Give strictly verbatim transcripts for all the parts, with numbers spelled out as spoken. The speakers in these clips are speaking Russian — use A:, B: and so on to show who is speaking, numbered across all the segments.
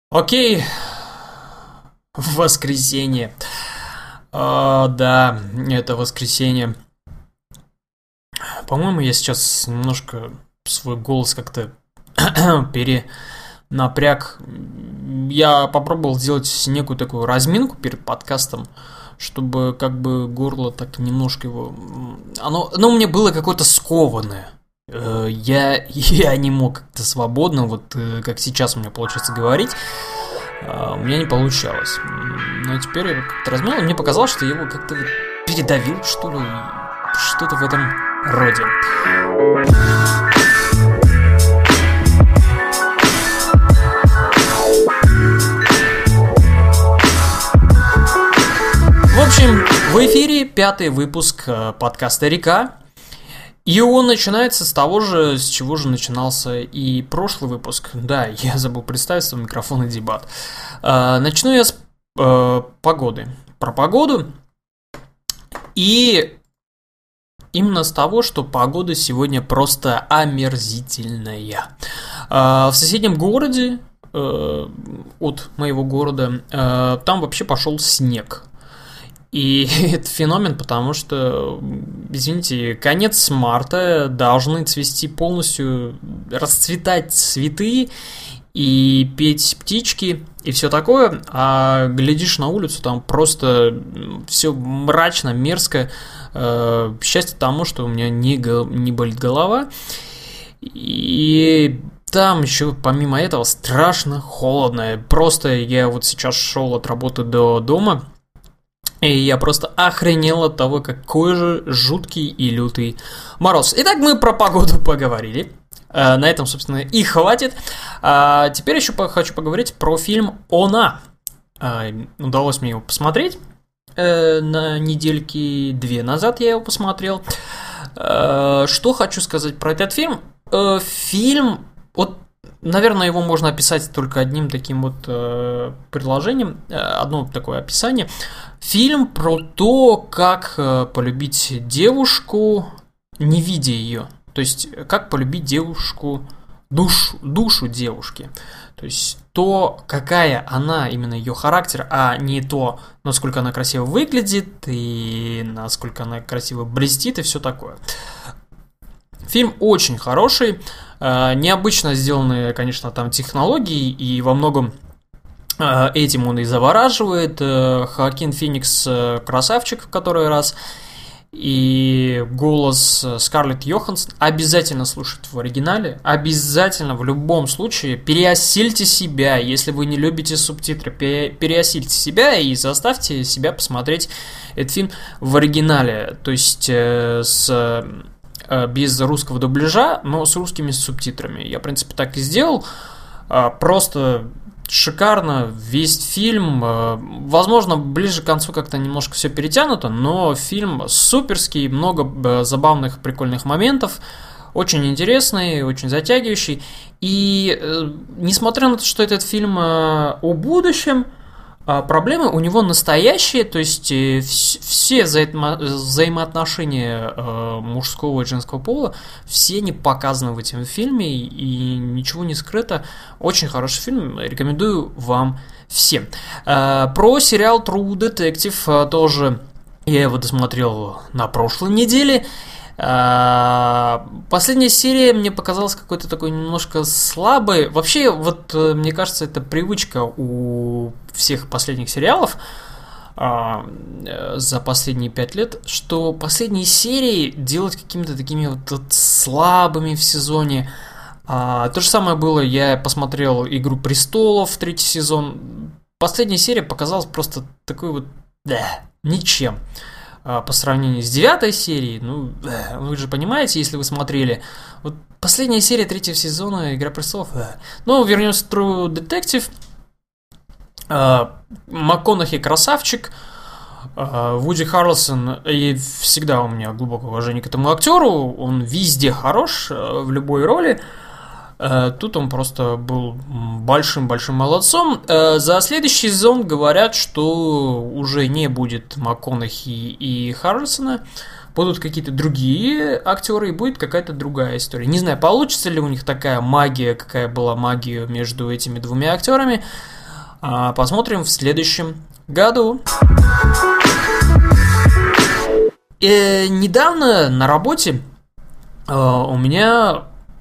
A: Окей, воскресенье. А, да, это воскресенье. По-моему, я сейчас немножко свой голос как-то перенапряг. Я попробовал сделать некую такую разминку перед подкастом, чтобы как бы горло так немножко его... Оно, оно у меня было какое-то скованное. Э, Я, я не мог как-то свободно, вот э, как сейчас у меня получается говорить, а, у меня не получалось. Но теперь я его как-то размял, и мне показалось, что я его как-то вот передавил, что ли, что-то в этом роде. В общем, в эфире пятый выпуск э, подкаста «Река». И он начинается с того же, с чего же начинался и прошлый выпуск. Да, я забыл представиться, микрофон и дебат. Э, начну я с э, погоды. Про погоду. И именно с того, что погода сегодня просто омерзительная. Э, в соседнем городе, э, от моего города, э, там вообще пошел снег. И это феномен, потому что, извините, конец марта, должны цвести полностью, расцветать цветы и петь птички и все такое, а глядишь на улицу, там просто все мрачно, мерзко. Счастье тому, что у меня не, не болит голова. И там еще помимо этого страшно холодно. Просто я вот сейчас шел от работы до дома, и я просто охренел от того, какой же жуткий и лютый мороз. Итак, мы про погоду поговорили. На этом, собственно, и хватит. А теперь еще хочу поговорить про фильм «Она». Удалось мне его посмотреть. На недельки две назад я его посмотрел. Что хочу сказать про этот фильм? Фильм... Вот, наверное, его можно описать только одним таким вот э, предложением, э, одно такое описание. Фильм про то, как э, полюбить девушку, не видя ее. То есть, как полюбить девушку, душ, душу девушки. То есть, то, какая она, именно ее характер, а не то, насколько она красиво выглядит, и насколько она красиво блестит, и все такое. Фильм очень хороший, необычно сделанные, конечно, там технологии, и во многом этим он и завораживает. Хоакин Феникс красавчик в который раз, и голос Скарлетт Йоханссон обязательно слушать в оригинале, обязательно в любом случае переосильте себя, если вы не любите субтитры, переосильте себя и заставьте себя посмотреть этот фильм в оригинале, то есть с... без русского дубляжа, но с русскими субтитрами. Я, в принципе, так и сделал. Просто шикарно весь фильм. Возможно, ближе к концу как-то немножко все перетянуто, но фильм суперский, много забавных, прикольных моментов. Очень интересный, очень затягивающий. И несмотря на то, что этот фильм о будущем, проблемы у него настоящие, то есть все взаимо- взаимоотношения э, мужского и женского пола, все не показаны в этом фильме, и ничего не скрыто. Очень хороший фильм, рекомендую вам всем. Э, про сериал True Detective э, тоже я его досмотрел на прошлой неделе. Последняя серия мне показалась какой-то такой немножко слабой. Вообще, вот мне кажется, это привычка у всех последних сериалов за последние пять лет, что последние серии делать какими-то такими вот, вот слабыми в сезоне. То же самое было, я посмотрел «Игру престолов», третий сезон. Последняя серия показалась просто такой вот, да, ничем. По сравнению с девятой серией, ну, вы же понимаете, если вы смотрели. Вот последняя серия третьего сезона «Игра престолов». Ну, вернемся к True Detective. МакКонахи красавчик. Вуди Харрельсон, и всегда у меня глубокое уважение к этому актеру. Он везде хорош, в любой роли. Тут он просто был большим-большим молодцом. За следующий сезон говорят, что уже не будет МакКонахи и Харрельсона. Будут какие-то другие актеры, и будет какая-то другая история. Не знаю, получится ли у них такая магия, какая была магия между этими двумя актерами. А посмотрим в следующем году. И недавно на работе э, у меня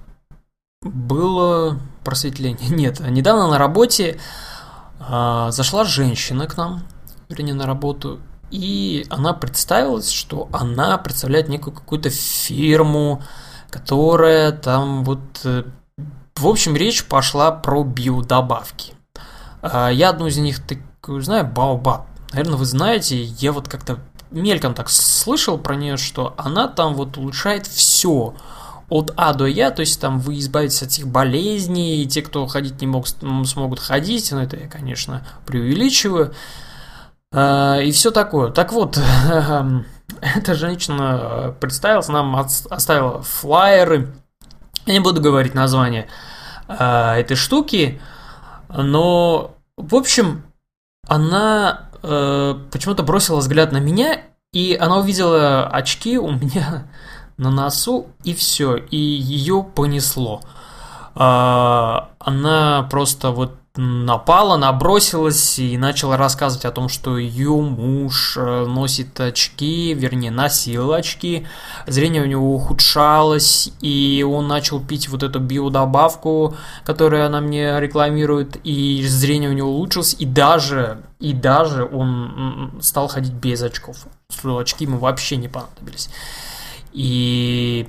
A: было просветление. Нет, недавно на работе э, зашла женщина к нам, вернее, на работу, и она представилась, что она представляет некую какую-то фирму, которая там вот... Э, в общем, речь пошла про биодобавки. Э, я одну из них такую знаю, Baobab. Наверное, вы знаете, я вот как-то мельком так слышал про нее, что она там вот улучшает все от А до Я, то есть там вы избавитесь от всех болезней, и те, кто ходить не мог, смогут ходить, но это я, конечно, преувеличиваю, и все такое. Так вот, эта женщина представилась, нам оставила флаеры, я не буду говорить название этой штуки, но, в общем, она почему-то бросила взгляд на меня, и она увидела очки у меня на носу, и все, и ее понесло. Она просто вот напала, набросилась и начала рассказывать о том, что ее муж носит очки, вернее, носил очки, зрение у него ухудшалось, и он начал пить вот эту биодобавку, которую она мне рекламирует, и зрение у него улучшилось, и даже, и даже он стал ходить без очков, что очки ему вообще не понадобились. И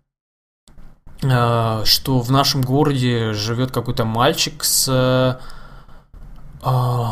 A: э, что в нашем городе живет какой-то мальчик с э,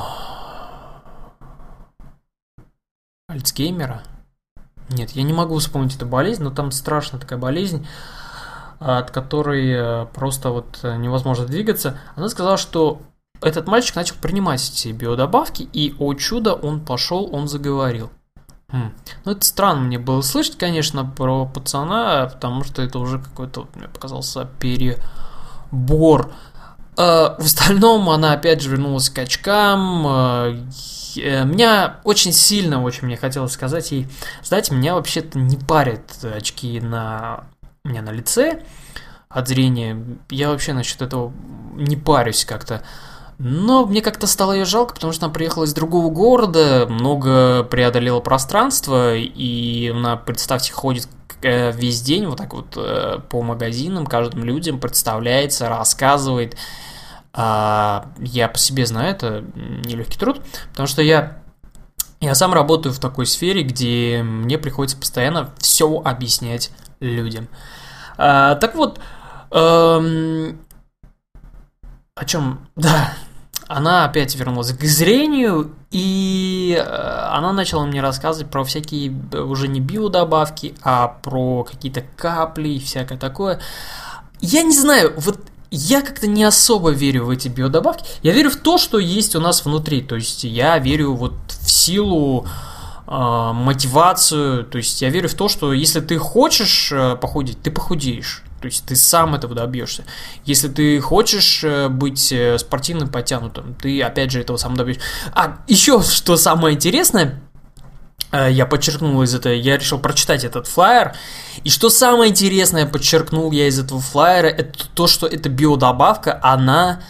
A: Альцгеймера. Нет, я не могу вспомнить эту болезнь, но там страшная такая болезнь, от которой просто вот невозможно двигаться. Она сказала, что этот мальчик начал принимать эти биодобавки, и, о чудо, он пошел, он заговорил. Хм. Ну, это странно мне было слышать, конечно, про пацана, потому что это уже какой-то, мне показался, перебор. А в остальном она опять же вернулась к очкам. Меня очень сильно, очень мне хотелось сказать ей, знаете, меня вообще-то не парят очки на, у меня на лице от зрения. Я вообще насчет этого не парюсь как-то. Но мне как-то стало ее жалко, потому что она приехала из другого города, много преодолела пространство, и она, представьте, ходит весь день вот так вот по магазинам, каждым людям представляется, рассказывает. Я по себе знаю, это нелегкий труд, потому что я, я сам работаю в такой сфере, где мне приходится постоянно все объяснять людям. Так вот, о чем... Да... Она опять вернулась к зрению, и она начала мне рассказывать про всякие уже не биодобавки, а про какие-то капли и всякое такое. Я не знаю, вот я как-то не особо верю в эти биодобавки. Я верю в то, что есть у нас внутри. То есть я верю вот в силу, э, мотивацию. То есть я верю в то, что если ты хочешь похудеть, ты похудеешь. То есть ты сам этого добьешься. Если ты хочешь быть спортивным, подтянутым, ты опять же этого сам добьешься. А еще что самое интересное, я подчеркнул из этого, я решил прочитать этот флаер. И что самое интересное, подчеркнул я из этого флаера, это то, что эта биодобавка, она,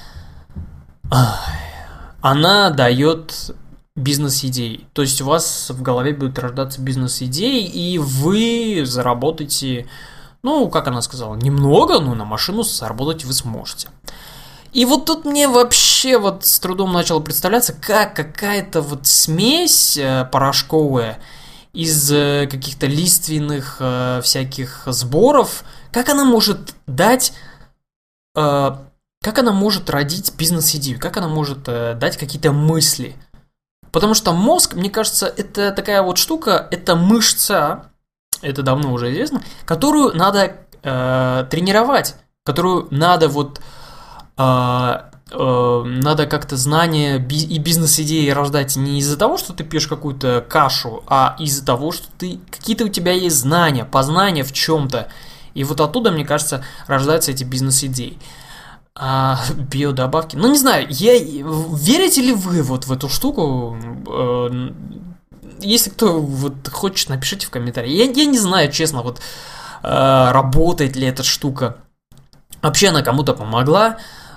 A: она дает бизнес-идеи. То есть у вас в голове будут рождаться бизнес-идеи, и вы заработаете... Ну, как она сказала, немного, но на машину заработать вы сможете. И вот тут мне вообще вот с трудом начало представляться, как какая-то вот смесь порошковая из каких-то лиственных э, всяких сборов, как она может дать, э, как она может родить бизнес-идею, как она может э, дать какие-то мысли. Потому что мозг, мне кажется, это такая вот штука, это мышца, это давно уже известно, которую надо э, тренировать, которую надо вот э, э, надо как-то знания би- и бизнес-идеи рождать не из-за того, что ты пьешь какую-то кашу, а из-за того, что ты какие-то у тебя есть знания, познания в чем-то. И вот оттуда, мне кажется, рождаются эти бизнес-идеи. А биодобавки, ну не знаю, я, верите ли вы вот в эту штуку? Э, Если кто вот хочет, напишите в комментариях. Я, я не знаю, честно, вот э, работает ли эта штука. Вообще она кому-то помогла.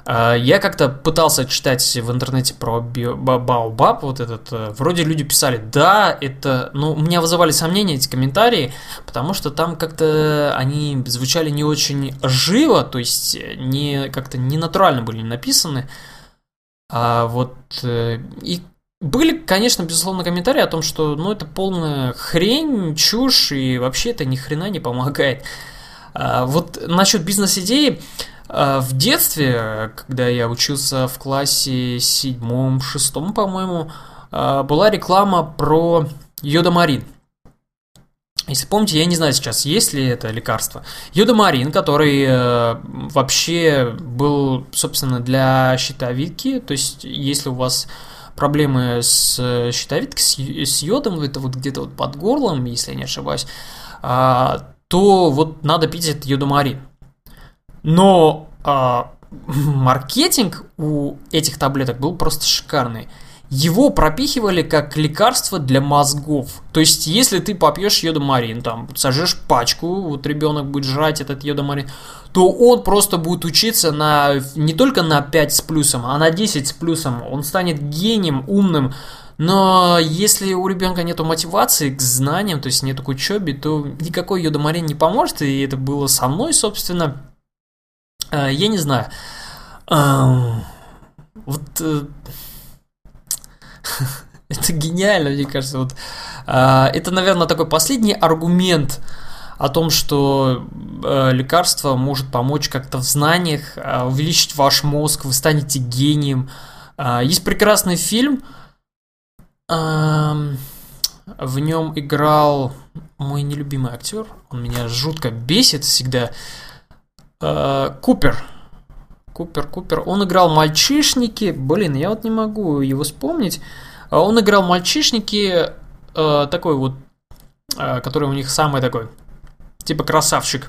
A: Я как-то пытался читать в интернете про Баобаб, вот этот, вроде люди писали, да, это, ну, у меня вызывали сомнения эти комментарии, потому что там как-то они звучали не очень живо, то есть не, как-то не натурально были написаны, а вот, и были, конечно, безусловно, комментарии о том, что, ну, это полная хрень, чушь, и вообще это ни хрена не помогает. Вот насчет бизнес-идеи, в детстве, когда я учился в классе седьмом, шестом, по-моему, была реклама про йодомарин. Если помните, я не знаю сейчас, есть ли это лекарство. Йодомарин, который вообще был, собственно, для щитовидки, то есть если у вас проблемы с щитовидкой, с йодом, это вот где-то вот под горлом, если я не ошибаюсь, то вот надо пить этот йодомарин. Но а, маркетинг у этих таблеток был просто шикарный. Его пропихивали как лекарство для мозгов. То есть, если ты попьешь йодомарин, там, сожжешь пачку, вот ребенок будет жрать этот йодомарин, то он просто будет учиться на, не только на пять с плюсом, а на десять с плюсом. Он станет гением, умным. Но если у ребенка нету мотивации к знаниям, то есть нету к учебе, то никакой йодомарин не поможет. И это было со мной, собственно. Я не знаю. Вот это гениально, мне кажется. Вот это, наверное, такой последний аргумент о том, что лекарство может помочь как-то в знаниях, увеличить ваш мозг, вы станете гением. Есть прекрасный фильм. В нем играл мой нелюбимый актер. Он меня жутко бесит всегда. Купер. Купер, Купер. Он играл мальчишники. Блин, я вот не могу его вспомнить. Он играл мальчишники, такой вот, который у них самый такой, типа красавчик.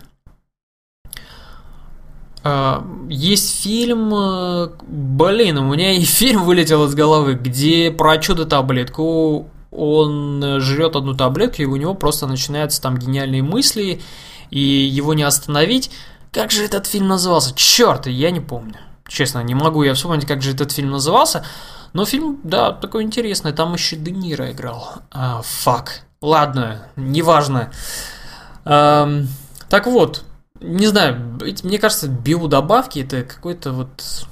A: Есть фильм, блин, у меня и фильм вылетел из головы, где про чудо-таблетку. Он жрет одну таблетку, и у него просто начинаются там гениальные мысли, и его не остановить. Как же этот фильм назывался? Черт, я не помню. Честно, не могу я вспомнить, как же этот фильм назывался. Но фильм, да, такой интересный. Там еще Де Ниро играл. А, фак. Ладно, неважно. Эм, так вот, не знаю, мне кажется, биодобавки это какой-то вот...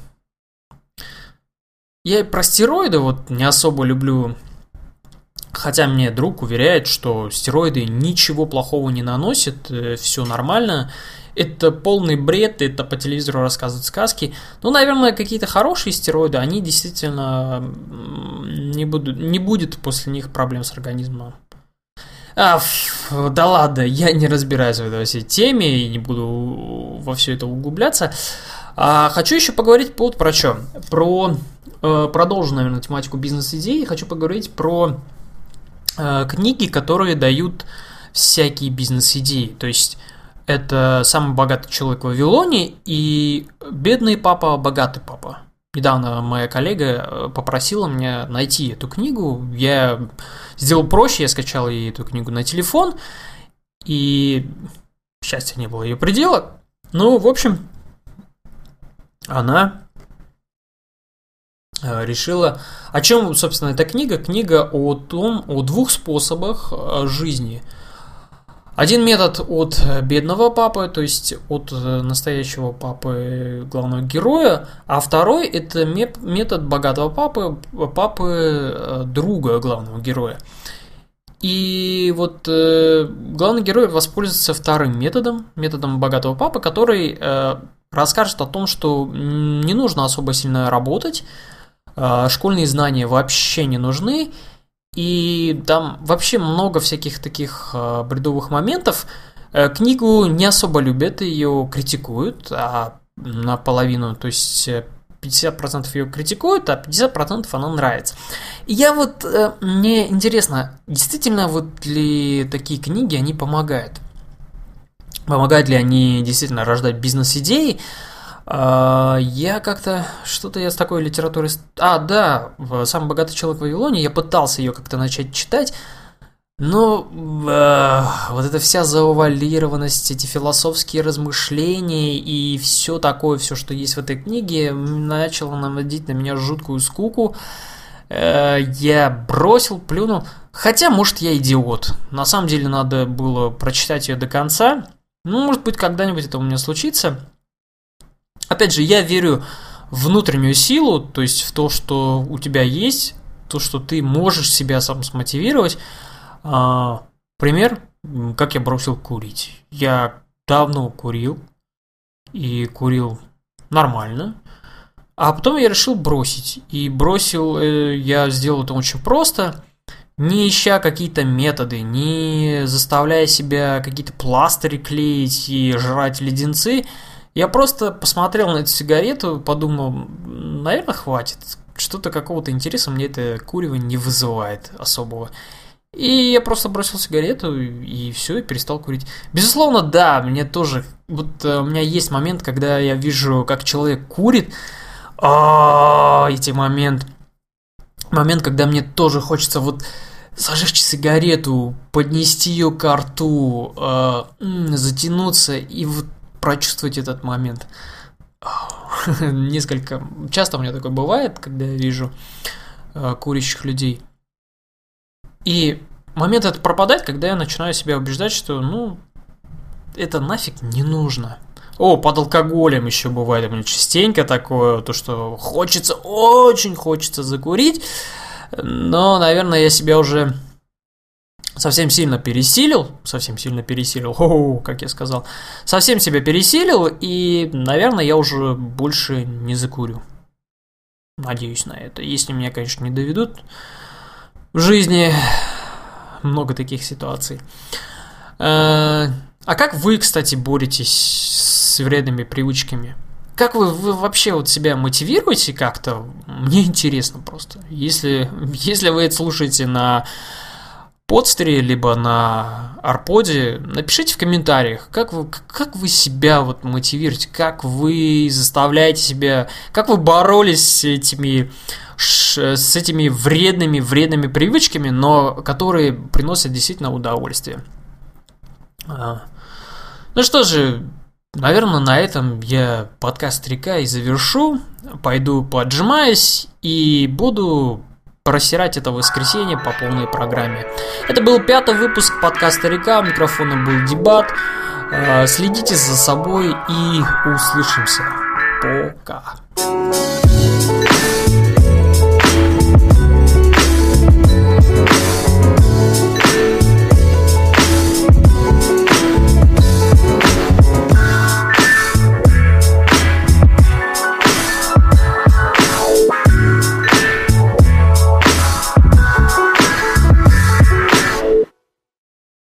A: Я про стероиды вот не особо люблю. Хотя мне друг уверяет, что стероиды ничего плохого не наносят, все нормально. Это полный бред, это по телевизору рассказывают сказки. Ну, наверное, какие-то хорошие стероиды, они действительно не будут, не будет после них проблем с организмом. А, ф, да ладно, я не разбираюсь в этой всей теме и не буду во все это углубляться. А, хочу еще поговорить вот про что. Про, э, продолжу, наверное, тематику бизнес-идей. Хочу поговорить про э, книги, которые дают всякие бизнес-идеи. То есть это «Самый богатый человек в Вавилоне» и «Бедный папа, богатый папа». Недавно моя коллега попросила меня найти эту книгу. Я сделал проще, я скачал ей эту книгу на телефон, и счастья не было ее предела. Ну, в общем, она решила... О чем, собственно, эта книга? Книга о том, о двух способах жизни. Один метод от бедного папы, то есть от настоящего папы главного героя, а второй это метод богатого папы, папы друга главного героя. И вот э, главный герой воспользуется вторым методом, методом богатого папы, который э, расскажет о том, что не нужно особо сильно работать, э, школьные знания вообще не нужны. И там вообще много всяких таких э, бредовых моментов. Э, книгу не особо любят, ее критикуют, а наполовину, то есть пятьдесят процентов ее критикуют, а пятьдесят процентов она нравится. И я вот, э, мне интересно, действительно вот ли такие книги, они помогают? Помогают ли они действительно рождать бизнес-идеи? Я как-то, что-то я с такой литературой... А, да, «Самый богатый человек в Вавилоне», я пытался ее как-то начать читать, Ну, э, вот эта вся заувалированность, эти философские размышления и все такое, все, что есть в этой книге, начало наводить на меня жуткую скуку. Э, я бросил, плюнул. Хотя, может, я идиот. На самом деле, надо было прочитать ее до конца. Ну, может быть, когда-нибудь это у меня случится. Опять же, я верю в внутреннюю силу, то есть в то, что у тебя есть, то, что ты можешь себя сам смотивировать. А, пример, как я бросил курить. Я давно курил, и курил нормально, а потом я решил бросить. И бросил, э, я сделал это очень просто, не ища какие-то методы, не заставляя себя какие-то пластыри клеить и жрать леденцы. Я просто посмотрел на эту сигарету, подумал, наверное, хватит. Что-то какого-то интереса мне это курево не вызывает особого. И я просто бросил сигарету, и все, и перестал курить. Безусловно, да, мне тоже... Вот у меня есть момент, когда я вижу, как человек курит. А, эти момент... Момент, когда мне тоже хочется вот зажечь сигарету, поднести ее к рту, э, затянуться и вот прочувствовать этот момент. Несколько... Часто у меня такое бывает, когда я вижу э, курящих людей. И момент этот пропадает, когда я начинаю себя убеждать, что, ну, это нафиг не нужно. О, под алкоголем еще бывает у меня частенько такое, то, что хочется, очень хочется закурить, но, наверное, я себя уже совсем сильно пересилил, совсем сильно пересилил, о, как я сказал, совсем себя пересилил, и, наверное, я уже больше не закурю. Надеюсь на это. Если меня, конечно, не доведут в жизни, много таких ситуаций. А как вы, кстати, боретесь с вредными привычками? Как вы, вы вообще вот себя мотивируете как-то? Мне интересно просто. Если, если вы это слушаете на подстере, либо на арподе, напишите в комментариях, как вы, как вы себя вот мотивируете, как вы заставляете себя, как вы боролись с этими, с этими вредными, вредными привычками, но которые приносят действительно удовольствие. Ну что же, наверное, на этом я подкаст старика и завершу. Пойду поотжимаюсь и буду просирать это воскресенье по полной программе. Это был пятый выпуск подкаста старика. У микрофона был Дебат. Следите за собой и услышимся. Пока.